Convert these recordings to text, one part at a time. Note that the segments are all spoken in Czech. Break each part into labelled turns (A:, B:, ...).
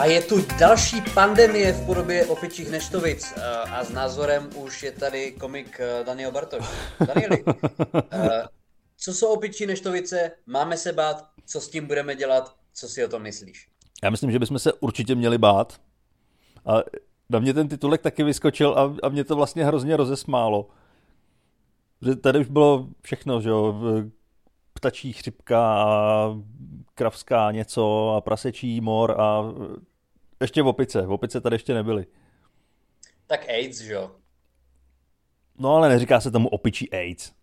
A: A je tu další pandemie v podobě opičích neštovic a s názorem už je tady komik Daniel Bartoš. Danieli, co jsou opičí neštovice, máme se bát, co s tím budeme dělat, co si o tom myslíš?
B: Já myslím, že bychom se určitě měli bát. A na mě ten titulek taky vyskočil a mě to vlastně hrozně rozesmálo. Že tady už bylo všechno, že jo, ptačí chřipka a kravská něco a prasečí mor a ještě opice. Opice tady ještě nebyly.
A: Tak AIDS, že jo?
B: No ale neříká se tomu opičí AIDS.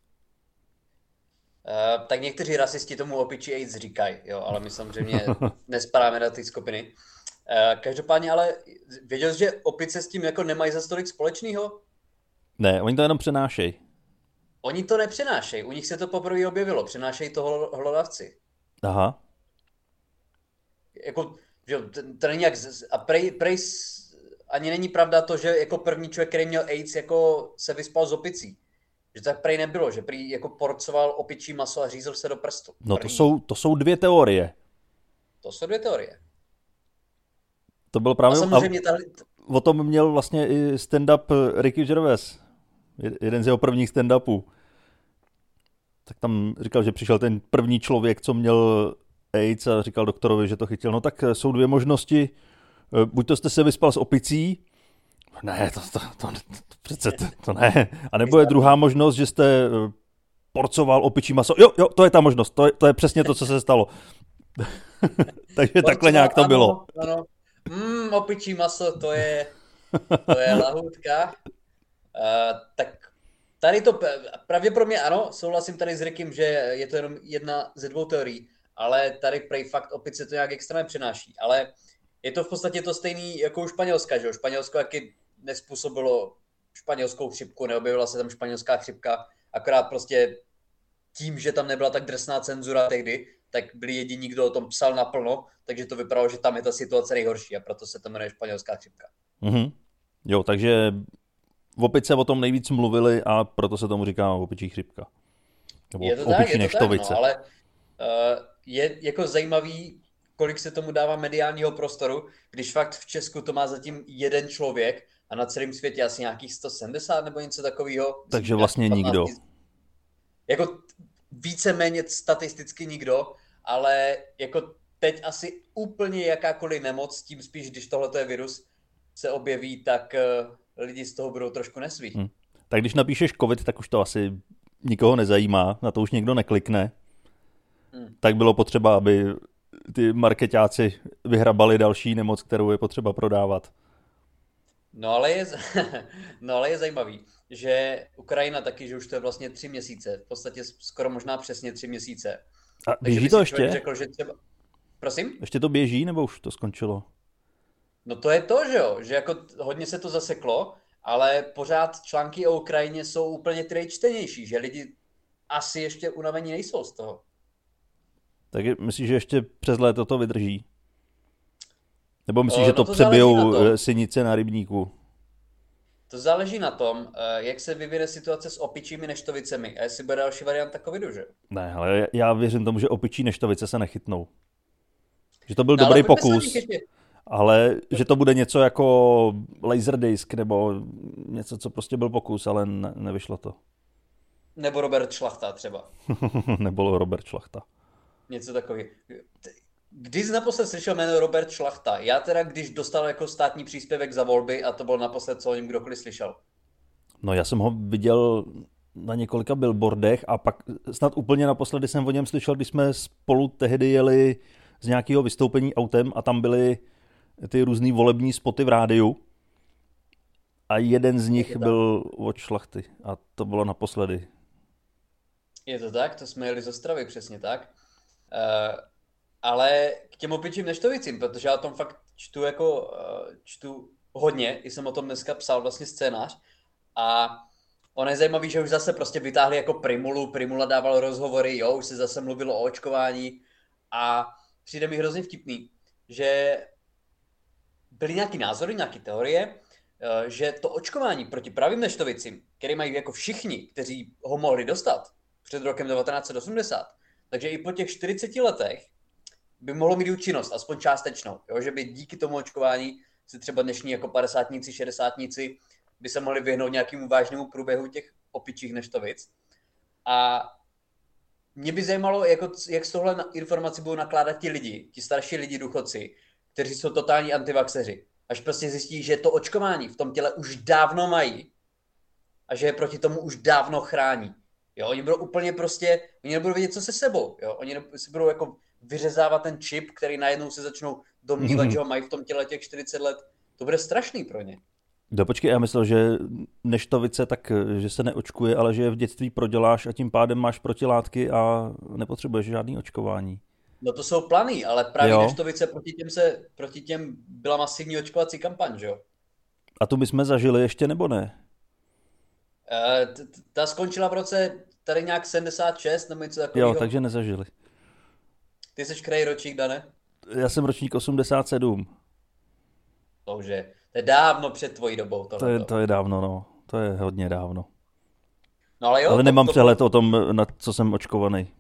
A: Tak někteří rasisti tomu opičí AIDS říkají, jo, ale my samozřejmě nespadáme na ty skupiny. Každopádně ale věděl jsi, že opice s tím jako nemají za tolik společného?
B: Ne, oni to jenom přenášejí.
A: Oni to nepřenášejí, u nich se to poprvé objevilo, přenášejí to hlodavci.
B: Aha.
A: Jako, že to není jak, a prej ani není pravda to, že jako první člověk, který měl AIDS, jako se vyspal z opicí. Že to tak prej nebylo, že prý jako porcoval opičí maso a řízl se do prstu.
B: No to jsou dvě teorie.
A: To jsou dvě teorie.
B: To byl právě...
A: A samozřejmě
B: o tom měl vlastně i stand-up Ricky Gervais. Jeden z jeho prvních stand-upů. Tak tam říkal, že přišel ten první člověk, co měl AIDS a říkal doktorovi, že to chytil. No tak jsou dvě možnosti. Buď to jste se vyspal s opicí, ne, to přece to ne. A nebo je druhá možnost, že jste porcoval opičí maso. Jo, to je ta možnost. To je přesně to, co se stalo. Takže takhle nějak to bylo.
A: Ano. Opičí maso, to je lahůdka. Tak tady to pravděpodobně ano, souhlasím tady s Rikym, že je to jenom jedna ze dvou teorií, ale tady prej fakt opice to nějak extrémně přenáší. Ale je to v podstatě to stejný jako u Španělska, že jo? Španělsko jaký nespůsobilo španělskou chřipku, neobjevila se tam španělská chřipka, akorát prostě tím, že tam nebyla tak drsná cenzura tehdy, tak byli jediní, kdo o tom psal naplno, takže to vypadalo, že tam je ta situace nejhorší a proto se to jmenuje španělská chřipka.
B: Mm-hmm. Jo, takže opice o tom nejvíc mluvili a proto se tomu říká opičí chřipka. Nebo
A: je to
B: opičí
A: neštovice. No, ale je jako zajímavý, kolik se tomu dává mediálního prostoru, když fakt v Česku to má zatím jeden člověk a na celém světě asi nějakých 170 nebo něco takového.
B: Takže vlastně 15 nikdo.
A: Jako víceméně statisticky nikdo, ale jako teď asi úplně jakákoliv nemoc, tím spíš, když tohle je virus, se objeví, tak lidi z toho budou trošku nesví.
B: Tak když napíšeš covid, tak už to asi nikoho nezajímá, na to už někdo neklikne. Tak bylo potřeba, aby ty marketáci vyhrabali další nemoc, kterou je potřeba prodávat.
A: No ale je zajímavý, že Ukrajina taky, že už to je vlastně 3 měsíce, v podstatě skoro možná přesně 3 měsíce.
B: A běží to ještě?
A: Řekl, že třeba... Prosím?
B: Ještě to běží, nebo už to skončilo?
A: No to je to, že jo, že jako hodně se to zaseklo, ale pořád články o Ukrajině jsou úplně čtenější, že lidi asi ještě unavení nejsou z toho.
B: Tak myslíš, že ještě přes léto to vydrží? Nebo myslíš, že to přebijou synice na rybníku?
A: To záleží na tom, jak se vyvine situace s opičími neštovicemi a jestli bude další varianta covidu, že?
B: Ne, ale já věřím tomu, že opičí neštovice se nechytnou. Že to byl dobrý pokus, ale že to bude něco jako Laserdisc nebo něco, co prostě byl pokus, ale nevyšlo to.
A: Nebo Robert Šlachta třeba.
B: Nebo Robert Šlachta.
A: Něco takového. Když jsi naposled slyšel jméno Robert Šlachta? Já teda, když dostal jako státní příspěvek za volby a to byl naposled, co o něm kdokoliv slyšel.
B: No já jsem ho viděl na několika billboardech a pak snad úplně naposledy jsem o něm slyšel, když jsme spolu tehdy jeli z nějakého vystoupení autem a tam byly ty různý volební spoty v rádiu a jeden z nich byl od Šlachty a to bylo naposledy.
A: Je to tak? To jsme jeli z Ostravy, přesně tak. Ale k těm opičím neštovicím, protože já o tom fakt čtu hodně, jsem o tom dneska psal vlastně scénář a ono je zajímavý, že už zase prostě vytáhli jako Primula dával rozhovory, už se zase mluvilo o očkování a přijde mi hrozně vtipný, že byly nějaký názory, nějaké teorie, že to očkování proti pravým neštovicím, které mají jako všichni, kteří ho mohli dostat před rokem 1980, takže i po těch 40 letech by mohlo mít účinnost, aspoň částečnou, jo? Že by díky tomu očkování si třeba dnešní jako 50-tníci, 60-tníci by se mohli vyhnout nějakému vážnému průběhu těch opičích neštovic. A mě by zajímalo, jako, jak z tohle informací budou nakládat ti lidi, ti starší lidi, důchodci, kteří jsou totální antivaxeři. Až prostě zjistí, že to očkování v tom těle už dávno mají a že je proti tomu už dávno chrání. Jo, oni budou úplně prostě, oni nebudou vědět, co se sebou. Jo? Oni si budou jako vyřezávat ten čip, který najednou se začnou domnívat, že ho mají v tom těle těch 40 let. To bude strašný pro ně.
B: No počkej, já myslel, že neštovice, tak že se neočkuje, ale že je v dětství proděláš a tím pádem máš protilátky a nepotřebuješ žádný očkování.
A: No to jsou plany, ale právě neštovice proti těm byla masivní očkovací kampaň, že jo?
B: A tu my jsme zažili ještě nebo ne?
A: Ta skončila v roce tady nějak 76 nebo něco takového.
B: Jo, takže nezažili.
A: Ty jsi který ročník, Dane?
B: Já jsem ročník 87.
A: To je dávno před tvojí dobou.
B: To je dávno, no. To je hodně dávno.
A: No, ale jo,
B: ale nemám přehled o tom, na co jsem očkovaný.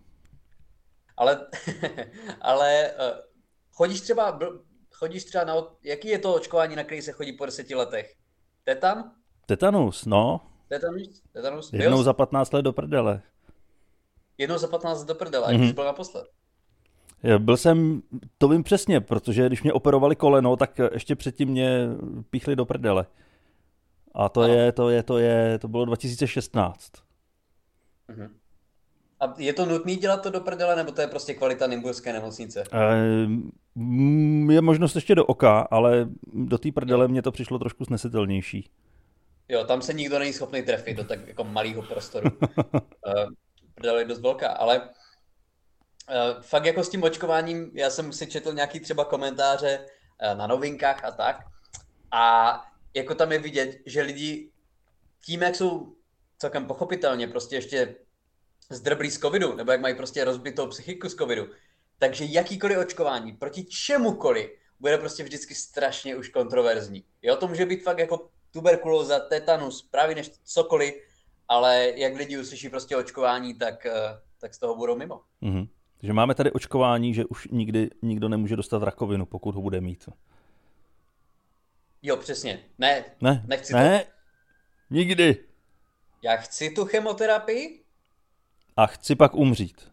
A: Ale chodíš třeba na... Jaký je to očkování, na který se chodí po 10 letech? Tetan?
B: Tetanus, no.
A: Tetanus?
B: Jednou za 15 let do prdele.
A: Jednou za 15 let do prdele, a když byl naposled?
B: Byl jsem, to vím přesně, protože když mě operovali koleno, tak ještě předtím mě píchli do prdele. A to bylo 2016.
A: A je to nutný dělat to do prdele, nebo to je prostě kvalita nymburské nemocnice?
B: Je možnost ještě do oka, ale do té prdele mně to přišlo trošku snesitelnější.
A: Jo, tam se nikdo není schopný trefit do tak jako malého prostoru. Prdele je dost velká, ale fakt jako s tím očkováním, já jsem si četl nějaký třeba komentáře na novinkách a tak. A jako tam je vidět, že lidi tím, jak jsou celkem pochopitelně prostě ještě zdrblí z covidu, nebo jak mají prostě rozbitou psychiku z covidu, takže jakýkoliv očkování proti čemukoliv bude prostě vždycky strašně už kontroverzní. Jo, to může být fakt jako tuberkulóza, tetanus, právě než cokoliv, ale jak lidi uslyší prostě očkování, tak z toho budou mimo.
B: Mm-hmm. Takže máme tady očkování, že už nikdy nikdo nemůže dostat rakovinu, pokud ho bude mít.
A: Jo, přesně. Nechci
B: to. Nikdy.
A: Já chci tu chemoterapii.
B: A chci pak umřít.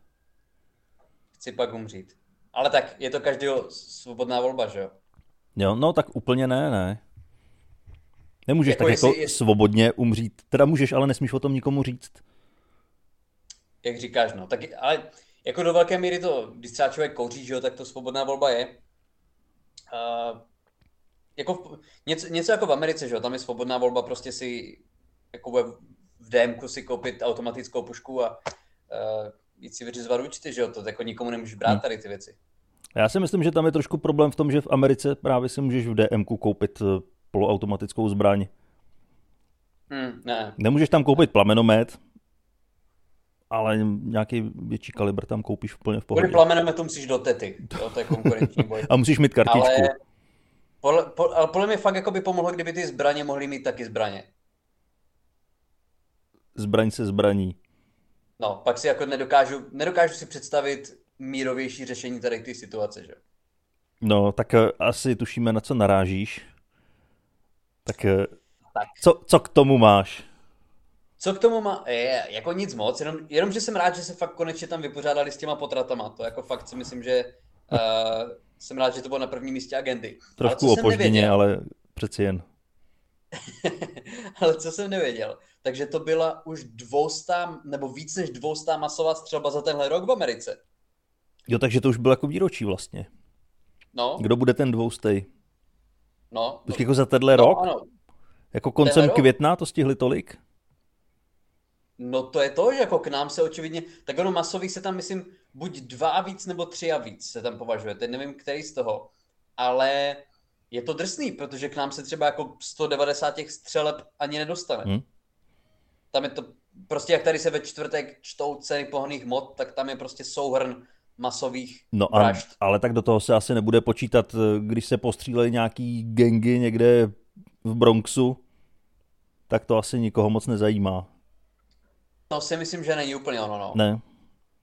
A: Ale tak je to každého svobodná volba, že jo?
B: Jo, no tak úplně ne. Nemůžeš jako tak jako svobodně umřít. Teda můžeš, ale nesmíš o tom nikomu říct.
A: Jak říkáš, no. Tak, ale jako do velké míry to, když třeba člověk kouří, že jo, tak to svobodná volba je. Jako něco jako v Americe, že jo, tam je svobodná volba prostě si jako v DMku si koupit automatickou pušku a jít si vyřizovat účty, že jo, to jako nikomu nemůžeš brát tady ty věci.
B: Já si myslím, že tam je trošku problém v tom, že v Americe právě si můžeš v DMku koupit poloautomatickou zbraň.
A: Ne.
B: Nemůžeš tam koupit plamenomet, ale nějaký větší kalibr tam koupíš úplně v pohodě.
A: Kvůli plamenometu musíš do tety, jo, to je konkurenční boj.
B: A musíš mít kartičku.
A: Ale podle mě fakt jako by pomohlo, kdyby ty zbraně mohly mít taky zbraně.
B: Zbraň se zbraní.
A: No, pak si jako nedokážu si představit mírovější řešení tady ty situace, že?
B: No, tak asi tušíme, na co narážíš. Tak. Co k tomu máš?
A: Co k tomu má? Jako nic moc, jenom že jsem rád, že se fakt konečně tam vypořádali s těma potratama. To jako fakt si myslím, že jsem rád, že to bylo na prvním místě agendy.
B: Trošku opožděně, ale přeci jen.
A: Ale co jsem nevěděl, takže to byla už 200 nebo víc než 200 masová střelba za tenhle rok v Americe.
B: Jo, takže to už bylo jako výročí vlastně.
A: No.
B: Kdo bude ten 200?
A: No.
B: Počkej, jako za tenhle rok?
A: Ano.
B: Jako koncem května to stihli tolik?
A: No to je to, že jako k nám se očividně, tak ono masových se tam myslím buď 2 a víc nebo 3 a víc se tam považuje, teď nevím, který z toho, ale je to drsný, protože k nám se třeba jako 190 těch střeleb ani nedostane. Tam je to, prostě jak tady se ve čtvrtek čtou ceny pohonných hmot, tak tam je prostě souhrn masových vražd.
B: Ale tak do toho se asi nebude počítat, když se postříleli nějaký gangy někde v Bronxu, tak to asi nikoho moc nezajímá.
A: No si myslím, že není úplně ono, no.
B: Ne.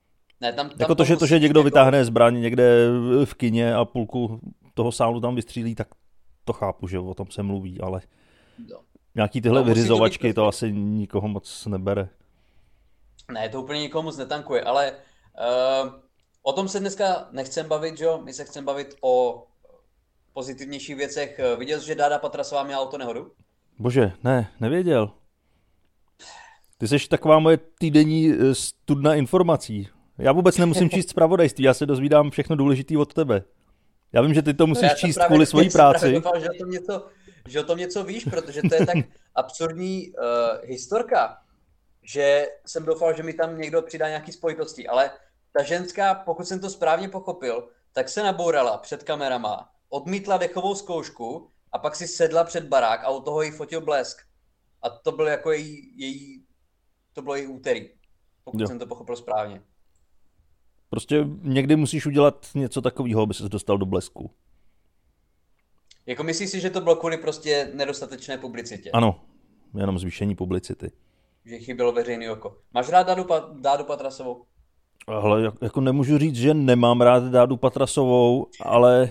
A: Ne,
B: Jako to, že někdo vytáhne zbraň někde v kině a půlku toho sálu tam vystřílí, tak to chápu, že o tom se mluví, ale nějaký tyhle vyřizovačky to asi nikoho moc nebere.
A: Ne, to úplně nikomu moc netankuje, ale o tom se dneska nechcem bavit, jo? My se chceme bavit o pozitivnějších věcech. Viděl jsi, že Dáda Patrasová měla autonehodu?
B: Bože, ne, nevěděl. Ty jsi taková moje týdenní studna informací. Já vůbec nemusím číst zpravodajství, já se dozvídám všechno důležité od tebe. Já vím, že ty to musíš číst kvůli svojí práci.
A: Doufám, že o tom něco víš, protože to je tak absurdní historka, že jsem doufal, že mi tam někdo přidá nějaký spojitosti, ale ta ženská, pokud jsem to správně pochopil, tak se nabourala před kamerama, odmítla dechovou zkoušku a pak si sedla před barák a u toho jí fotil Blesk. A to byl jako to bylo její úterý, pokud jsem to pochopil správně.
B: Prostě někdy musíš udělat něco takového, aby ses dostal do Blesku.
A: Jako myslíš si, že to bylo kvůli prostě nedostatečné publicitě?
B: Ano, jenom zvýšení publicity.
A: Že chybělo veřejný oko. Máš rád Dádu Patrasovou?
B: Ale jako nemůžu říct, že nemám rád Dádu Patrasovou, ale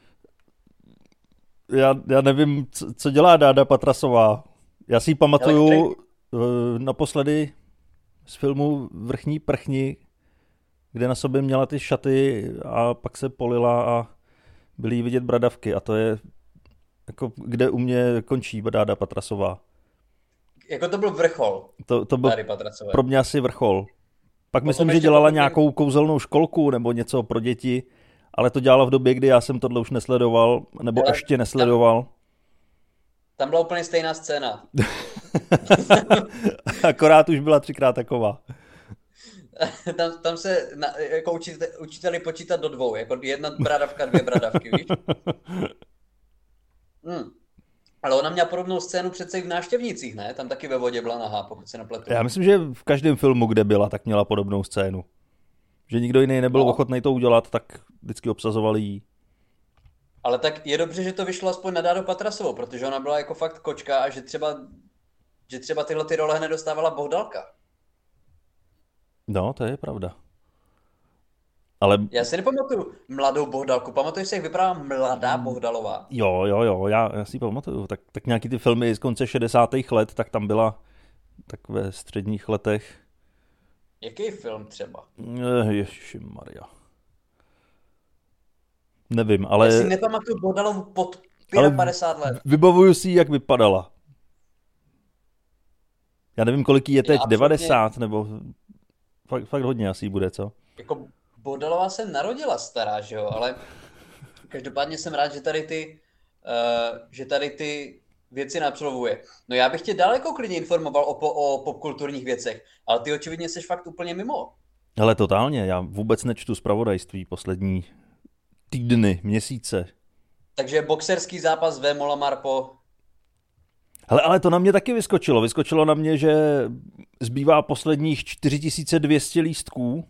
B: já nevím, co dělá Dáda Patrasová. Já si ji pamatuju naposledy z filmu Vrchní prchni, kde na sobě měla ty šaty a pak se polila a byly jí vidět bradavky. A to je jako kde u mě končí Dáda Patrasová.
A: Jako to byl vrchol.
B: To byl pro mě asi vrchol. Pak myslím, že dělala nějakou kouzelnou školku nebo něco pro děti, ale to dělala v době, kdy já jsem tohle už nesledoval, nebo ještě nesledoval.
A: Tam byla úplně stejná scéna.
B: Akorát už byla 3krát taková.
A: Tam se jako učiteli počítat do 2, jako 1 bradavka, 2 bradavky, víš? Ale ona měla podobnou scénu přece i v Návštěvnících, ne? Tam taky ve vodě byla nahá, pokud se nepletu.
B: Já myslím, že v každém filmu, kde byla, tak měla podobnou scénu. Že nikdo jiný nebyl ochotný to udělat, tak vždycky obsazovali jí.
A: Ale tak je dobře, že to vyšlo aspoň na Dádu Patrasovou, protože ona byla jako fakt kočka a že třeba tyhle ty role nedostávala Bohdalka.
B: No, to je pravda. Ale...
A: Já si nepamatuju mladou Bohdalku. Pamatuješ si, jak vypadala mladá Bohdalová?
B: Jo, já si pamatuju. Tak nějaký ty filmy z konce 60. let, tak tam byla tak ve středních letech.
A: Jaký film třeba?
B: Ježišmarja. Nevím, ale...
A: Já si nepamatuju Bohdalovu pod 55 let.
B: Vybavuju si, jak vypadala. Já nevím, kolik jí je teď, 90, nebo fakt hodně asi bude, co?
A: Jako Bohdalová se narodila stará, že jo, ale každopádně jsem rád, že tady ty věci absolvuje. No já bych tě daleko klidně informoval o popkulturních věcech, ale ty očividně jsi fakt úplně mimo.
B: Ale totálně, já vůbec nečtu zpravodajství poslední týdny, měsíce.
A: Takže boxerský zápas Vémola Marpo.
B: Ale to na mě taky vyskočilo. Vyskočilo na mě, že zbývá posledních 4200 lístků.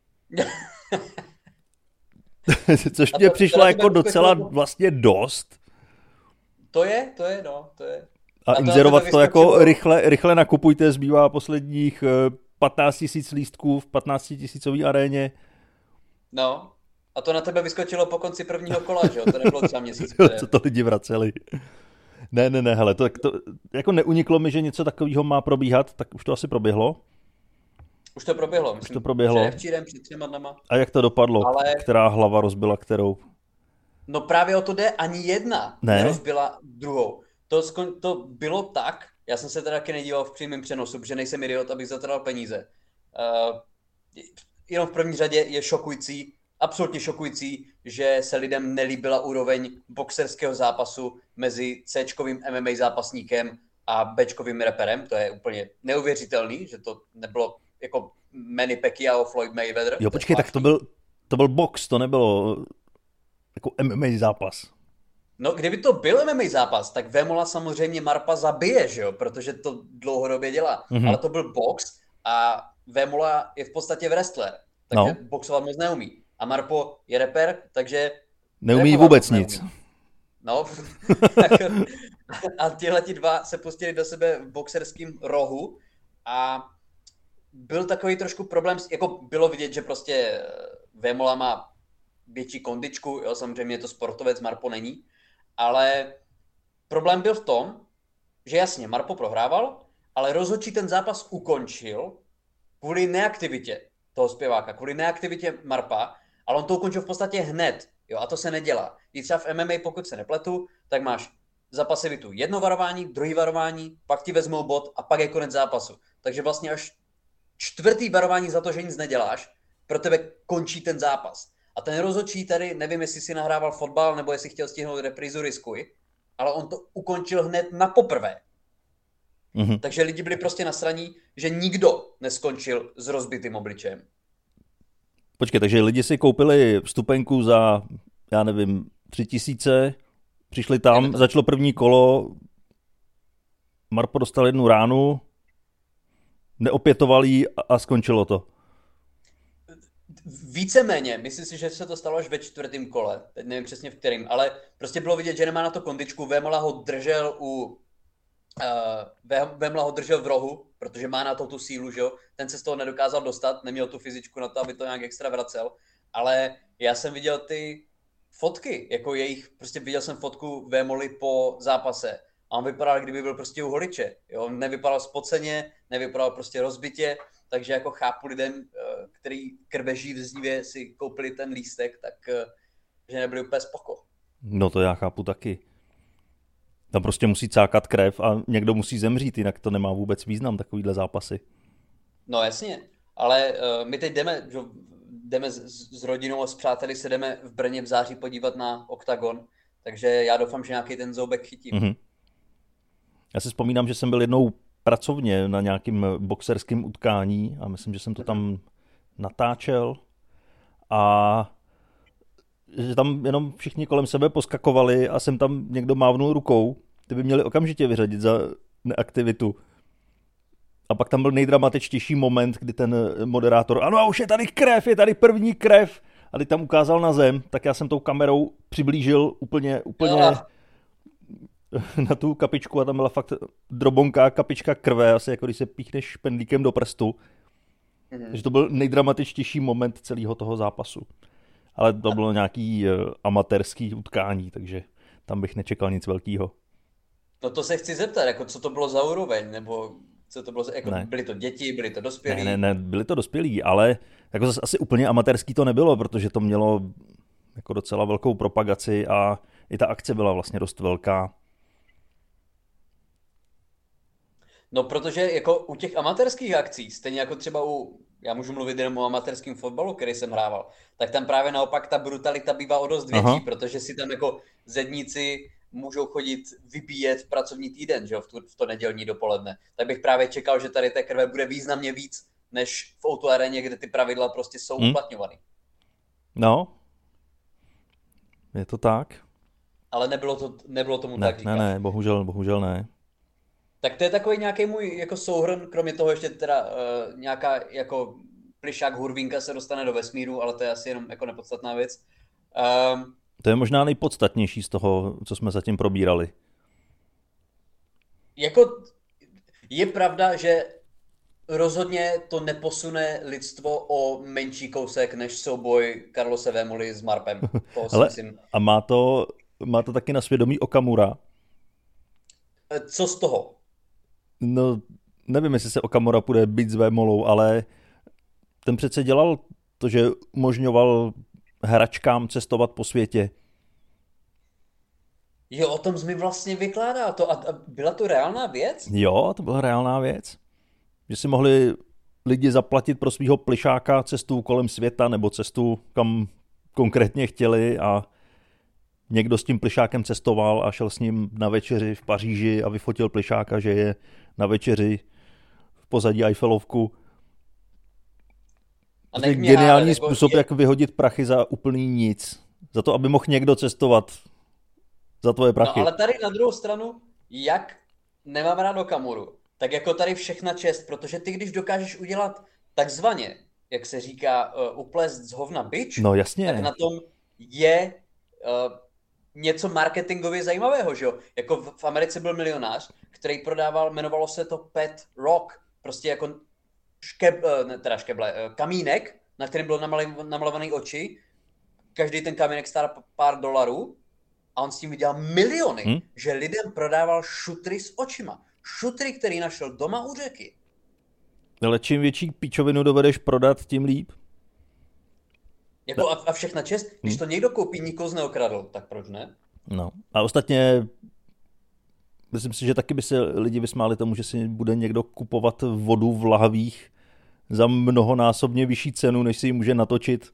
B: Což mě přišlo jako docela vlastně dost.
A: To je.
B: A inzerovat to jako rychle nakupujte, zbývá posledních 15 000 lístků v 15 000 aréně.
A: No, a to na tebe vyskočilo po konci prvního kola, že jo? To nebylo třeba měsíc.
B: Co to lidi vraceli. Ne, hele, to jako neuniklo mi, že něco takového má probíhat, tak už to asi proběhlo.
A: Už to proběhlo, myslím.
B: Už to proběhlo.
A: Včírem, před 3 dnama.
B: A jak to dopadlo? Ale... Která hlava rozbila kterou?
A: No právě o to jde, ani jedna nerozbila druhou. To bylo tak, já jsem se teda taky nedíval v přímém přenosu, protože nejsem idiot, abych zatradal peníze. Jenom v první řadě je šokující, absolutně šokující, že se lidem nelíbila úroveň boxerského zápasu mezi C-čkovým MMA zápasníkem a B-čkovým reperem. To je úplně neuvěřitelný, že to nebylo jako Manny Pacquiao, Floyd Mayweather.
B: Jo, počkej, tak to byl box, to nebylo jako MMA zápas.
A: No, kdyby to byl MMA zápas, tak Vémola samozřejmě Marpa zabije, že jo, protože to dlouhodobě dělá. Mm-hmm. Ale to byl box a Vémola je v podstatě wrestler, takže boxovat moc neumí. A Marpo je reper, takže...
B: Neumí vůbec nic.
A: No, a tihleti dva se pustili do sebe v boxerském rohu a byl takový trošku problém, jako bylo vidět, že prostě Vémola má větší kondičku, jo, samozřejmě je to sportovec, Marpo není, ale problém byl v tom, že jasně, Marpo prohrával, ale rozhodčí ten zápas ukončil kvůli neaktivitě toho zpěváka, kvůli neaktivitě Marpa, ale on to ukončil v podstatě hned, jo, a to se nedělá. I třeba v MMA, pokud se nepletu, tak máš za pasivitu jedno varování, druhý varování, pak ti vezmou bod a pak je konec zápasu. Takže vlastně až čtvrtý varování za to, že nic neděláš, pro tebe končí ten zápas. A ten rozhodčí tady, nevím, jestli si nahrával fotbal, nebo jestli chtěl stihnout reprízu, riskuj, ale on to ukončil hned na poprvé. Mm-hmm. Takže lidi byli prostě nasraní, že nikdo neskončil s rozbitým obličejem.
B: Počkej, takže lidi si koupili vstupenku za, já nevím, 3 000, přišli tam, začalo první kolo, Marpo dostal jednu ránu, neopětoval ji a skončilo to.
A: Víceméně, myslím si, že se to stalo až ve čtvrtém kole, teď nevím přesně v kterým, ale prostě bylo vidět, že nemá na to kondičku, Vémola ho držel Vémola ho držel v rohu, protože má na to tu sílu, že jo, ten se z toho nedokázal dostat, neměl tu fyzičku na to, aby to nějak extra vracel, ale já jsem viděl ty fotky, jako jejich, prostě viděl jsem fotku Vémoly po zápase a on vypadal, kdyby byl prostě u holiče, jo, nevypadal spoceně, nevypadal prostě rozbitě, takže jako chápu lidem, který krveží v Znívě si koupili ten lístek, tak že nebyli úplně spoko.
B: No to já chápu taky. Tam prostě musí cákat krev a někdo musí zemřít, jinak to nemá vůbec význam, takovýhle zápasy.
A: No jasně, ale my teď jdeme s rodinou a s přáteli, se jdeme v Brně v září podívat na Oktagon, takže já doufám, že nějaký ten zoubek chytím. Mm-hmm.
B: Já si vzpomínám, že jsem byl jednou pracovně na nějakým boxerském utkání a myslím, že jsem to tam natáčel a že tam jenom všichni kolem sebe poskakovali a jsem tam někdo mávnul rukou, ty by měli okamžitě vyřadit za neaktivitu. A pak tam byl nejdramatičtější moment, kdy ten moderátor, ano a už je tady krev, je tady první krev, a když tam ukázal na zem, tak já jsem tou kamerou přiblížil úplně na tu kapičku a tam byla fakt drobonká kapička krve, asi jako když se píchneš pendlíkem do prstu. Takže to byl nejdramatičtější moment celého toho zápasu. Ale to bylo nějaký amatérský utkání, takže tam bych nečekal nic velkého.
A: No to se chci zeptat, jako co to bylo za úroveň, nebo co to bylo, jako byly to děti, byly to dospělí?
B: Ne, byly to dospělí, ale jako zase asi úplně amatérský to nebylo, protože to mělo jako docela velkou propagaci a i ta akce byla vlastně dost velká.
A: No protože jako u těch amatérských akcí, stejně jako třeba já můžu mluvit jenom o amatérském fotbalu, který jsem hrával, tak tam právě naopak ta brutalita bývá o dost větší, protože si tam jako zedníci můžou chodit vybíjet v pracovní týden, že jo, v to nedělní dopoledne. Tak bych právě čekal, že tady té krve bude významně víc, než v O2 aréně, kde ty pravidla prostě jsou uplatňovány.
B: No, je to tak.
A: Ale nebylo tomu tak říkat.
B: Ne, bohužel ne.
A: Tak to je takový nějaký můj jako souhrn, kromě toho ještě teda nějaká jako plišák hurvínka se dostane do vesmíru, ale to je asi jenom jako nepodstatná věc.
B: To je možná nejpodstatnější z toho, co jsme zatím probírali.
A: Jako je pravda, že rozhodně to neposune lidstvo o menší kousek než souboj Carlose Vémoly s Marpem.
B: Ale, myslím. A má to taky na svědomí Okamura?
A: Co z toho?
B: No, nevím, jestli se Okamura půjde být s Vémolou, ale ten přece dělal to, že umožňoval hračkám cestovat po světě.
A: Jo, o tom jsi mi vlastně vykládal. A byla to reálná věc?
B: Jo, to byla reálná věc. Že si mohli lidi zaplatit pro svého plišáka cestu kolem světa nebo cestu, kam konkrétně chtěli a někdo s tím plišákem cestoval a šel s ním na večeři v Paříži a vyfotil plišáka, že je na večeři v pozadí Eiffelovku. To je geniální způsob, jak vyhodit prachy za úplný nic. Za to, aby mohl někdo cestovat za tvoje prachy.
A: No ale tady na druhou stranu, jak nemám rád Okamuru, tak jako tady všechna čest, protože ty, když dokážeš udělat takzvaně, jak se říká, uplést z hovna bič,
B: no, jasně.
A: Tak na tom je něco marketingově zajímavého, že jo? Jako v Americe byl milionář, který prodával, jmenovalo se to Pet Rock, prostě jako kamínek, na kterém bylo namalovaný oči. Každý ten kamínek stál pár dolarů a on s tím vydělal miliony, že lidem prodával šutry s očima. Šutry, který našel doma u řeky.
B: Ale čím větší píčovinu dovedeš prodat, tím líp.
A: Jako a všechna čest, když to někdo koupí, nikoho z neokradl, tak proč ne?
B: No a ostatně myslím si, že taky by se lidi vysmáli tomu, že si bude někdo kupovat vodu v lahvích za mnohonásobně vyšší cenu, než si ji může natočit.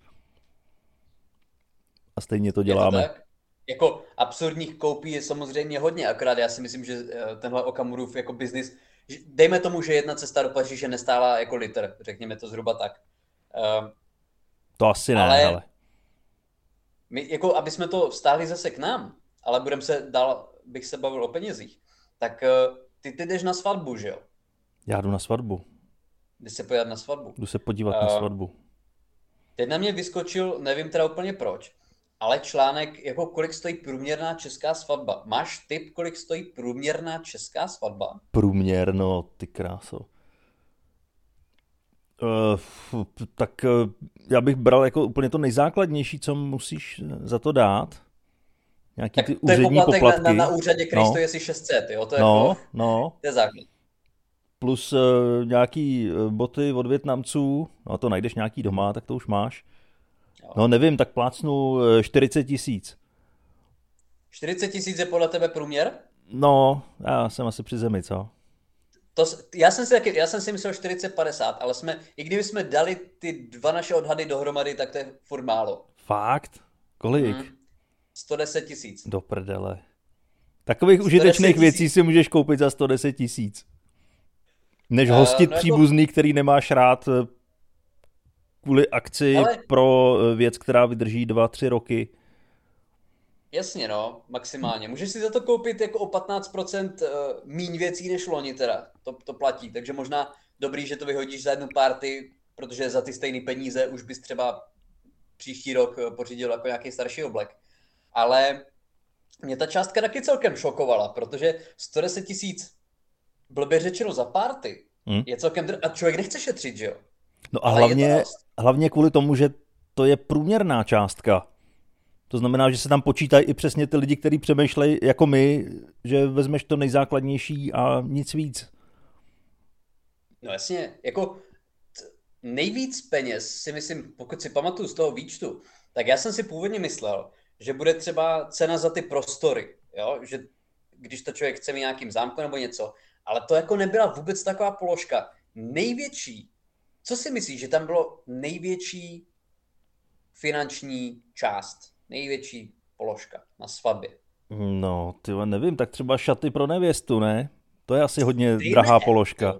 B: A stejně to děláme.
A: Je to tak? Jako absurdních koupí je samozřejmě hodně, akorát já si myslím, že tenhle Okamurův jako biznis, dejme tomu, že jedna cesta do Paříže nestála jako litr, řekněme to zhruba tak.
B: To asi ne, ale.
A: My, jako, aby jsme to vztáhli zase k nám, ale bych se bavil o penězích, tak ty jdeš na svatbu, že jo?
B: Já jdu na svatbu.
A: Jdi se podívat na svatbu.
B: Jdu se podívat na svatbu.
A: Teď na mě vyskočil, nevím teda úplně proč, ale článek, jako kolik stojí průměrná česká svatba. Máš tip, kolik stojí průměrná česká svatba?
B: Průměr, no ty kráso. Tak já bych bral jako úplně to nejzákladnější, co musíš za to dát. Nějaký
A: tak
B: ty
A: to
B: úřední
A: je poplatek
B: poplatky.
A: Na úřadě, který stojí asi 600, jo? To je
B: no.
A: To je základ.
B: Plus nějaký boty od Vietnamců, no to najdeš nějaký doma, tak to už máš. Jo. No nevím, tak plácnu 40 000.
A: 40 000 je podle tebe průměr?
B: No, já jsem asi při zemi, co?
A: Já jsem si myslel 40-50, ale i kdyby jsme dali ty dva naše odhady dohromady, tak to je furt málo.
B: Fakt? Kolik?
A: 110 000.
B: Do prdele. Takových užitečných věcí si můžeš koupit za 110 000. Než hostit příbuzný, který nemáš rád kvůli akci pro věc, která vydrží 2-3 roky.
A: Jasně, no, maximálně. Můžeš si za to koupit jako o 15% míň věcí než loni teda. To platí, takže možná dobrý, že to vyhodíš za jednu party, protože za ty stejné peníze už bys třeba příští rok pořídil jako nějaký starší oblek. Ale mě ta částka taky celkem šokovala, protože 110 000 blbě řečeno za party je celkem... A člověk nechce šetřit, že jo?
B: No a hlavně kvůli tomu, že to je průměrná částka. To znamená, že se tam počítají i přesně ty lidi, kteří přemýšlejí jako my, že vezmeš to nejzákladnější a nic víc.
A: No jasně, jako nejvíc peněz si myslím, pokud si pamatuju z toho výčtu, tak já jsem si původně myslel, že bude třeba cena za ty prostory, jo? Že když to člověk chce mít nějakým zámku nebo něco, ale to jako nebyla vůbec taková položka. Největší, co si myslíš, že tam bylo největší finanční část, největší položka na svatbě?
B: No, tyhle nevím, tak třeba šaty pro nevěstu, ne? To je asi hodně drahá položka.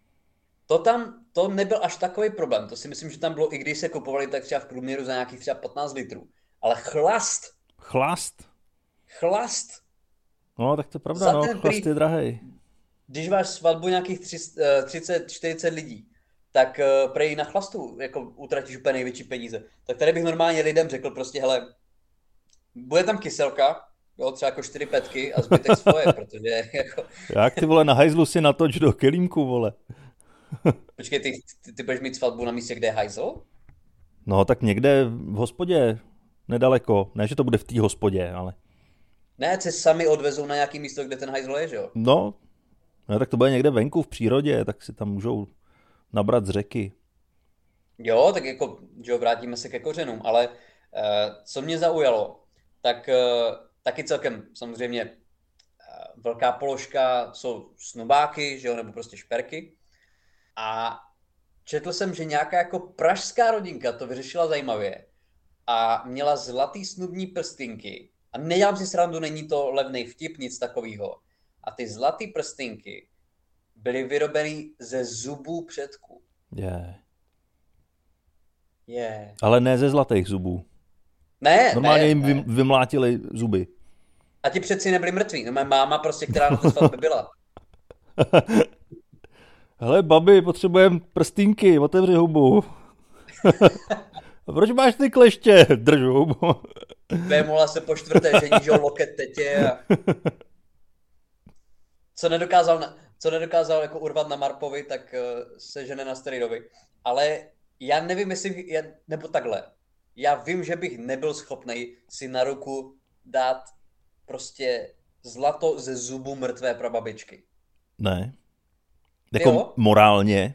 A: To nebyl až takový problém, to si myslím, že tam bylo, i když se kupovali tak třeba v průměru za nějakých třeba 15 litrů. Ale chlast. Chlast.
B: No, tak to je pravda, chlast je drahej.
A: Když máš svatbu nějakých 30-40 lidí, tak prej na chlastu jako utratíš úplně největší peníze. Tak tady bych normálně lidem řekl prostě, hele, bude tam kyselka, jo, třeba jako 4 petky a zbytek svoje, protože jako...
B: Jak ty vole, na hajzlu si natoč do kelímku, vole.
A: Počkej, ty budeš mít svatbu na místě, kde je hajzl?
B: No, tak někde v hospodě, nedaleko. Ne, že to bude v té hospodě, ale...
A: Ne, se sami odvezou na nějaký místo, kde ten hajzl je, že jo?
B: No, tak to bude někde venku v přírodě, tak si tam můžou nabrat z řeky.
A: Jo, tak jako, že jo, vrátíme se ke kořenům, ale co mě zaujalo, tak taky celkem samozřejmě velká položka jsou snubáky, že jo, nebo prostě šperky. A četl jsem, že nějaká jako pražská rodinka to vyřešila zajímavě a měla zlatý snubní prstynky. A nedělám si srandu, není to levnej vtip, nic takového. A ty zlatý prstynky byly vyrobeny ze zubů předků. Ale
B: ne ze zlatých zubů.
A: Ne.
B: Normálně jim vymlátili zuby.
A: A ti přeci nebyli mrtví. No, má máma prostě, která na té svatbě byla.
B: Hele, babi, potřebujeme prstínky, otevři hubu. A proč máš ty kleště? Drž hubu.
A: Vémola se po čtvrté, že nížou loket tetě. Co nedokázal... co nedokázal jako urvat na Marpovi, tak se žene na Steridovi. Ale já nevím, jestli, nebo takhle. Já vím, že bych nebyl schopný si na ruku dát prostě zlato ze zubu mrtvé prababičky.
B: Ne. Jako morálně?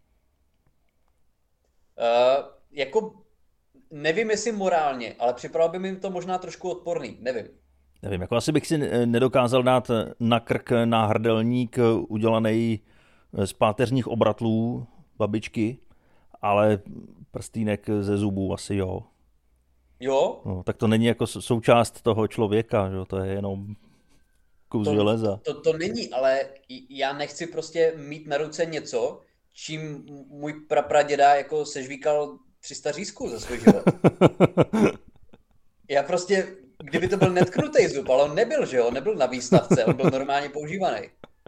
A: Jako nevím, jestli morálně, ale připravil by mi to možná trošku odporný, nevím.
B: Nevím, jako asi bych si nedokázal dát na krk náhrdelník udělaný z páteřních obratlů babičky, ale prstýnek ze zubů asi jo.
A: Jo?
B: No, tak to není jako součást toho člověka, že? To je jenom kus železa.
A: To není, ale já nechci prostě mít na ruce něco, čím můj prapraděda jako sežvíkal 300 řízků za svůj život. Já prostě, kdyby to byl netknutý zub, ale on nebyl, že jo? Nebyl na výstavce, on byl normálně používaný.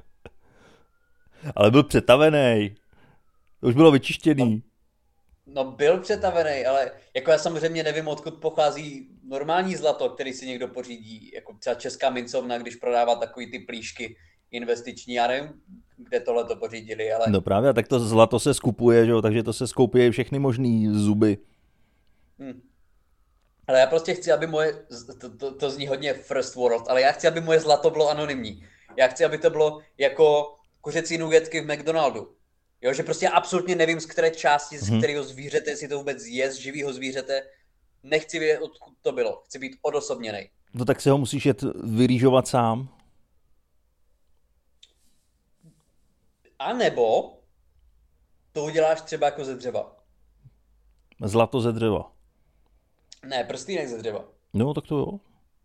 B: Ale byl přetavený. To už bylo vyčištěný.
A: No byl přetavený, ale jako já samozřejmě nevím, odkud pochází normální zlato, který si někdo pořídí, jako třeba Česká mincovna, když prodává takový ty plíšky investiční, já nevím, kde tohle to pořídili, ale...
B: No právě, tak to zlato se skupuje, že jo, takže to se skoupí všechny možný zuby.
A: Ale já prostě chci, aby moje, to zní hodně first world, ale já chci, aby moje zlato bylo anonymní. Já chci, aby to bylo jako kuřecí nugetky v McDonaldu. Jo, že prostě absolutně nevím, z které části, z kterého zvířete, jestli to vůbec je z živého zvířete. Nechci vědět, odkud to bylo. Chci být odosobněnej.
B: No tak si ho musíš jet vyrýžovat sám.
A: A nebo to uděláš třeba jako ze dřeva.
B: Zlato ze dřeva.
A: Ne, prstýnek ze dřeva.
B: No, tak to jo.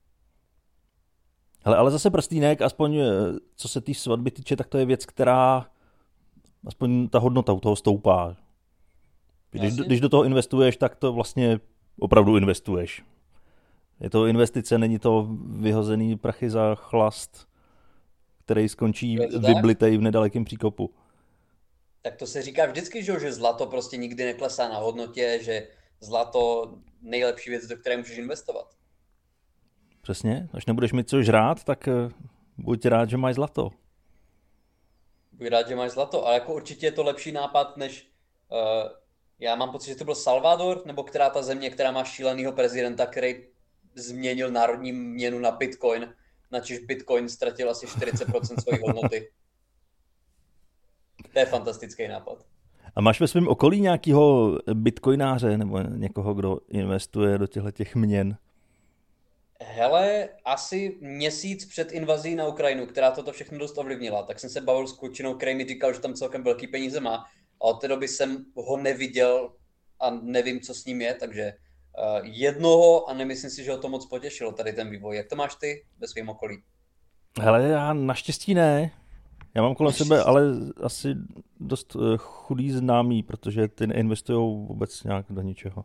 B: Hele, ale zase prstýnek, aspoň co se té svatby týče, tak to je věc, která aspoň ta hodnota u toho stoupá. Když do toho investuješ, tak to vlastně opravdu investuješ. Je to investice, není to vyhozený prachy za chlast, který skončí vyblitej v nedalekém příkopu.
A: Tak to se říká vždycky, že zlato prostě nikdy neklesá na hodnotě, že zlato nejlepší věc, do které můžeš investovat.
B: Přesně, až nebudeš mít co žrát, tak buď rád, že máš zlato.
A: Buď rád, že máš zlato, ale jako určitě je to lepší nápad, než já mám pocit, že to byl Salvador, nebo která ta země, která má šílenýho prezidenta, který změnil národní měnu na Bitcoin, načež Bitcoin ztratil asi 40% své hodnoty. To je fantastický nápad.
B: A máš ve svém okolí nějakého bitcoináře nebo někoho, kdo investuje do těchto měn?
A: Hele, asi měsíc před invazí na Ukrajinu, která toto všechno dost ovlivnila, tak jsem se bavil s klučinou, který mi říkal, že tam celkem velký peníze má. A od té doby jsem ho neviděl a nevím, co s ním je, takže jednoho a nemyslím si, že ho to moc potěšilo, tady ten vývoj. Jak to máš ty ve svém okolí?
B: Hele, já naštěstí ne. Já mám kolem sebe ale asi dost chudý známý, protože ty neinvestujou vůbec nějak do ničeho.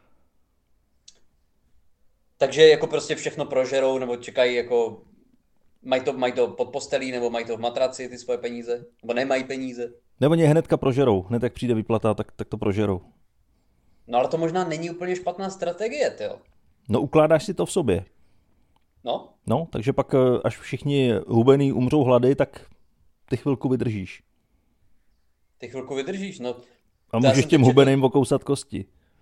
A: Takže jako prostě všechno prožerou, nebo čekají jako, mají to pod postelí, nebo mají to v matraci ty svoje peníze, nebo nemají peníze.
B: Nebo ně hnedka prožerou, hned jak přijde vyplata, tak to prožerou.
A: No ale to možná není úplně špatná strategie, tyjo.
B: No ukládáš si to v sobě.
A: No.
B: No, takže pak až všichni hubený umřou hlady, tak ty chvilku vydržíš.
A: Ty chvilku vydržíš, no.
B: A můžeš těm hubeným okousat kosti.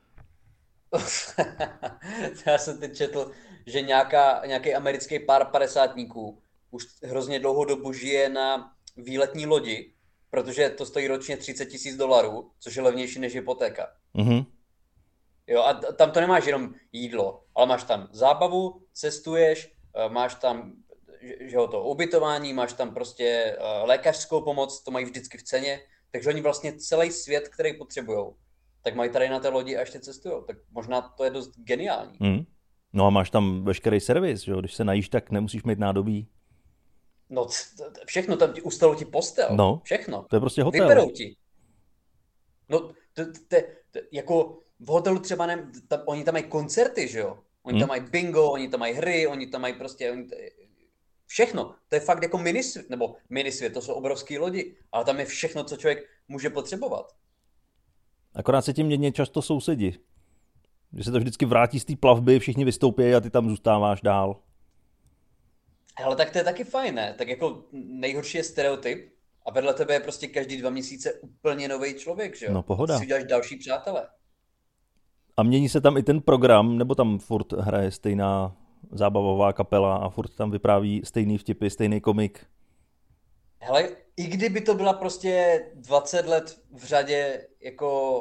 A: Já jsem teď četl, že nějaký americký pár padesátníků už hrozně dlouhou dobu žije na výletní lodi, protože to stojí ročně $30,000, což je levnější než hypotéka.
B: Mhm.
A: Jo, a tam to nemáš jenom jídlo, ale máš tam zábavu, cestuješ, máš tam že jo, to ubytování, máš tam prostě lékařskou pomoc, to mají vždycky v ceně, takže oni vlastně celý svět, který potřebujou, tak mají tady na té lodi a ještě cestujou. Tak možná to je dost geniální.
B: No a máš tam veškerý servis, že jo? Když se najíš, tak nemusíš mít nádobí.
A: No všechno, tam ustalou ti postel,
B: no,
A: všechno.
B: To je prostě hotel.
A: Vyberou ti. No, jako v hotelu třeba oni tam mají koncerty, že jo? Oni tam mají bingo, oni tam mají hry, oni tam mají prostě všechno. To je fakt jako minisvět, to jsou obrovský lodi, ale tam je všechno, co člověk může potřebovat.
B: Akorát se tím mění často sousedi. Že se to vždycky vrátí z té plavby, všichni vystoupí a ty tam zůstáváš dál.
A: Ale tak to je taky fajn, ne? Tak jako nejhorší je stereotyp, A vedle tebe je prostě každý 2 měsíce úplně nový člověk, že jo?
B: No
A: A ty
B: pohoda.
A: si uděláš další přátele.
B: A mění se tam i ten program, nebo tam furt hraje stejná zábavová kapela a furt tam vypráví stejný vtipy, stejný komik.
A: Hele, i kdyby to byla prostě 20 let v řadě, jako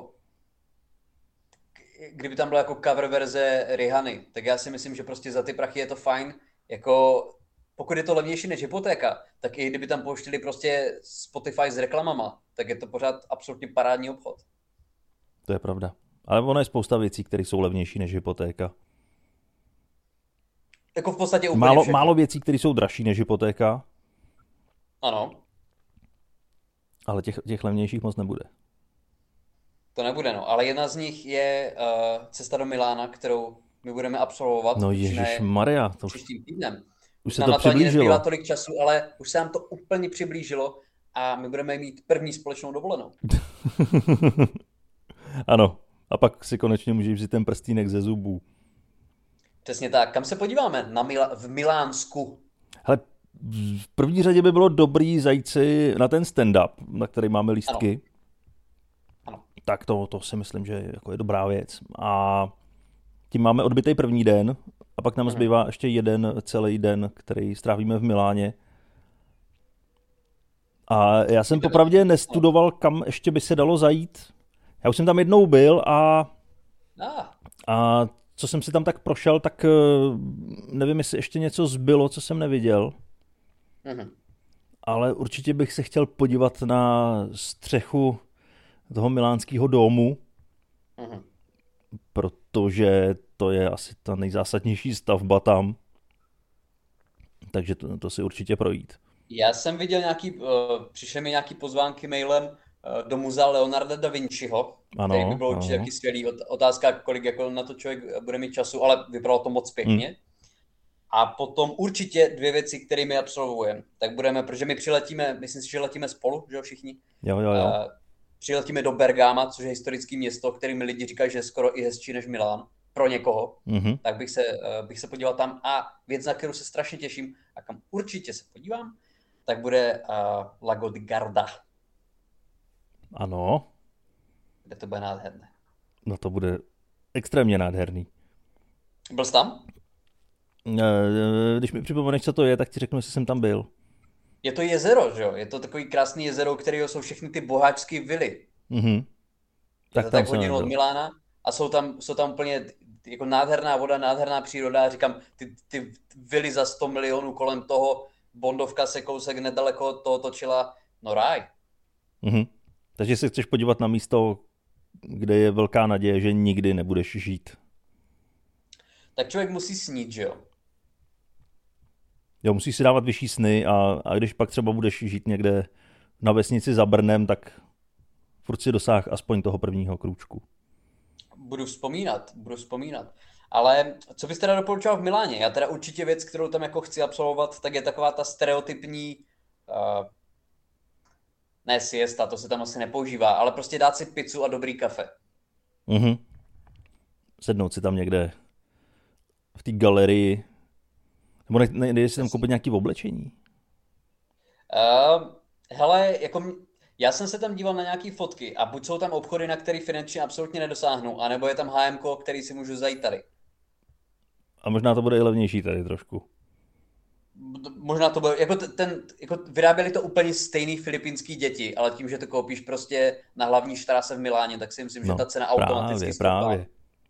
A: kdyby tam byla jako cover verze Rihanny, tak já si myslím, že prostě za ty prachy je to fajn. Jako, pokud je to levnější než hypotéka, tak i kdyby tam pouštili prostě Spotify s reklamama, tak je to pořád absolutně parádní obchod.
B: To je pravda. Ale ono je spousta věcí, které jsou levnější než hypotéka.
A: Jako v podstatě úplně všechno.
B: Málo věcí, které jsou dražší než hypotéka,
A: Ano,
B: ale těch levnějších moc nebude.
A: to nebude, no. Ale jedna z nich je cesta do Milána, kterou my budeme absolvovat.
B: No
A: Počínaje
B: Maria, to
A: příštím týdnem.
B: už se
A: Nám
B: to
A: na to ani nezbývá
B: přiblížilo.
A: tolik času, ale už se nám to úplně přiblížilo a my budeme mít první společnou dovolenou.
B: Ano, a pak si konečně můžeš vzít ten prstýnek ze zubů.
A: Přesně tak. Kam se podíváme? V Milánsku.
B: Hele, v první řadě by bylo dobrý zajít si na ten stand-up, na který máme
A: Ano,
B: lístky.
A: ano.
B: Tak to si myslím, že jako je dobrá věc. A tím máme odbytej první den a pak nám
A: Mhm.
B: zbývá ještě jeden celý den, který strávíme v Miláně. A já jsem
A: Jdeme.
B: popravdě nestudoval, kam ještě by se dalo zajít. Já už jsem tam jednou byl a co jsem si tam tak prošel, tak nevím, jestli ještě něco zbylo, co jsem neviděl.
A: Mhm.
B: Ale určitě bych se chtěl podívat na střechu toho milánského domu,
A: Mhm.
B: protože to je asi ta nejzásadnější stavba tam. Takže to si určitě projít.
A: Já jsem viděl přišly mi nějaký pozvánky mailem do muzea Leonarda da Vinciho, který by
B: Ano,
A: bylo určitě
B: ano.
A: taky skvělý. Otázka, kolik jako na to člověk bude mít času, ale vypadalo to moc pěkně. A potom určitě 2 věci, které my absolvujeme. Tak budeme, protože my přiletíme, myslím si, že letíme spolu, že jo, všichni.
B: Jo.
A: Přiletíme do Bergama, což je historické město, kterým lidi říkají, že je skoro i hezčí než Milán, pro někoho.
B: Mhm.
A: Tak bych se podíval tam. A věc, na kterou se strašně těším a kam určitě se podívám, tak bude Lago di Garda,
B: Ano,
A: kde to bude nádherné.
B: no to bude extrémně nádherný.
A: Byl jsi tam?
B: Když mi připomeneš, co to je, tak ti řeknu, jestli jsem tam byl.
A: Je to jezero, že jo? Je to takový krásný jezero, u kterého jsou všechny ty boháčské vily.
B: Mhm.
A: Je
B: Tak
A: to
B: tam
A: tak
B: jsem
A: hodinu od
B: nebyl.
A: Milána a jsou tam úplně jako nádherná voda, nádherná příroda. Říkám, ty vily za 100 milionů kolem toho, Bondovka se kousek nedaleko toho točila, no ráj.
B: Mhm. Takže se chceš podívat na místo, kde je velká naděje, že nikdy nebudeš žít.
A: Tak člověk musí snít, že jo?
B: Jo, musíš si dávat vyšší sny a když pak třeba budeš žít někde na vesnici za Brnem, tak furt si dosáh aspoň toho prvního krůčku.
A: Budu vzpomínat. Ale co bys teda doporučoval v Miláně? Já teda určitě věc, kterou tam jako chci absolvovat, tak je taková ta stereotypní, ne siesta, to se tam asi nepoužívá, ale prostě dát si pizzu a dobrý kafe.
B: Mhm. Sednout si tam někde v té galerii. Nebo nejde si tam koupit nějaký oblečení.
A: Hele, já jsem se tam díval na nějaký fotky a buď jsou tam obchody, na který finančně absolutně nedosáhnu, anebo je tam H&M, který si můžu zajít tady.
B: A možná to bude i levnější tady trošku.
A: Možná to bude, jako vyráběli to úplně stejný filipínský děti, ale tím, že to koupíš prostě na hlavní štráse v Miláně, tak si myslím, že ta cena automaticky stoupá.
B: Právě.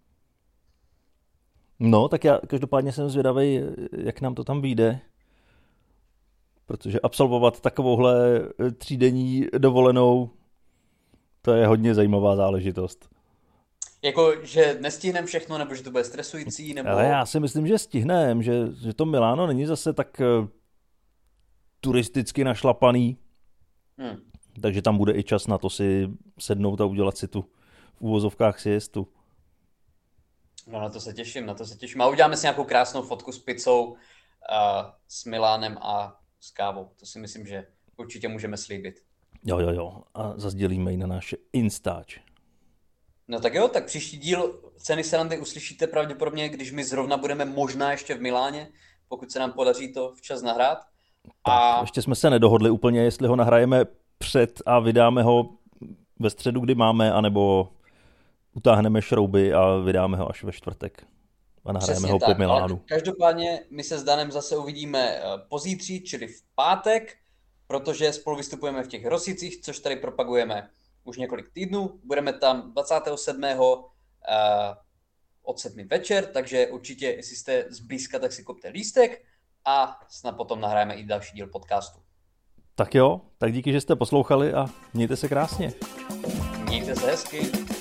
B: No, tak já každopádně jsem zvědavý, jak nám to tam vyjde. Protože absolvovat takovouhle 3denní dovolenou, to je hodně zajímavá záležitost.
A: Jako, že nestihneme všechno, nebo že to bude stresující, nebo...
B: Ale já si myslím, že stihneme, že to Miláno není zase tak turisticky našlapaný, takže tam bude i čas na to si sednout a udělat si tu v uvozovkách siestu.
A: No na to se těším. A uděláme si nějakou krásnou fotku s pizzou, s Milánem a s kávou. To si myslím, že určitě můžeme slíbit.
B: Jo. A zazdělíme ji na naše Instač.
A: No tak jo, tak příští díl Ceny srandy uslyšíte pravděpodobně, když my zrovna budeme možná ještě v Miláně, pokud se nám podaří to včas nahrát.
B: Tak, ještě jsme se nedohodli úplně, jestli ho nahrajeme vpřed a vydáme ho ve středu, kdy máme, anebo utáhneme šrouby a vydáme ho až ve čtvrtek. A nahrajeme ho po Milánu.
A: Každopádně my se s Danem zase uvidíme pozítří, čili v pátek, protože spolu vystupujeme v těch Rosicích, což tady propagujeme už několik týdnů. Budeme tam 27. od 7 večer, takže určitě, jestli jste zblízka, tak si kupte lístek a snad potom nahrajeme i další díl podcastu.
B: Tak jo, tak díky, že jste poslouchali a mějte se krásně.
A: Mějte se hezky.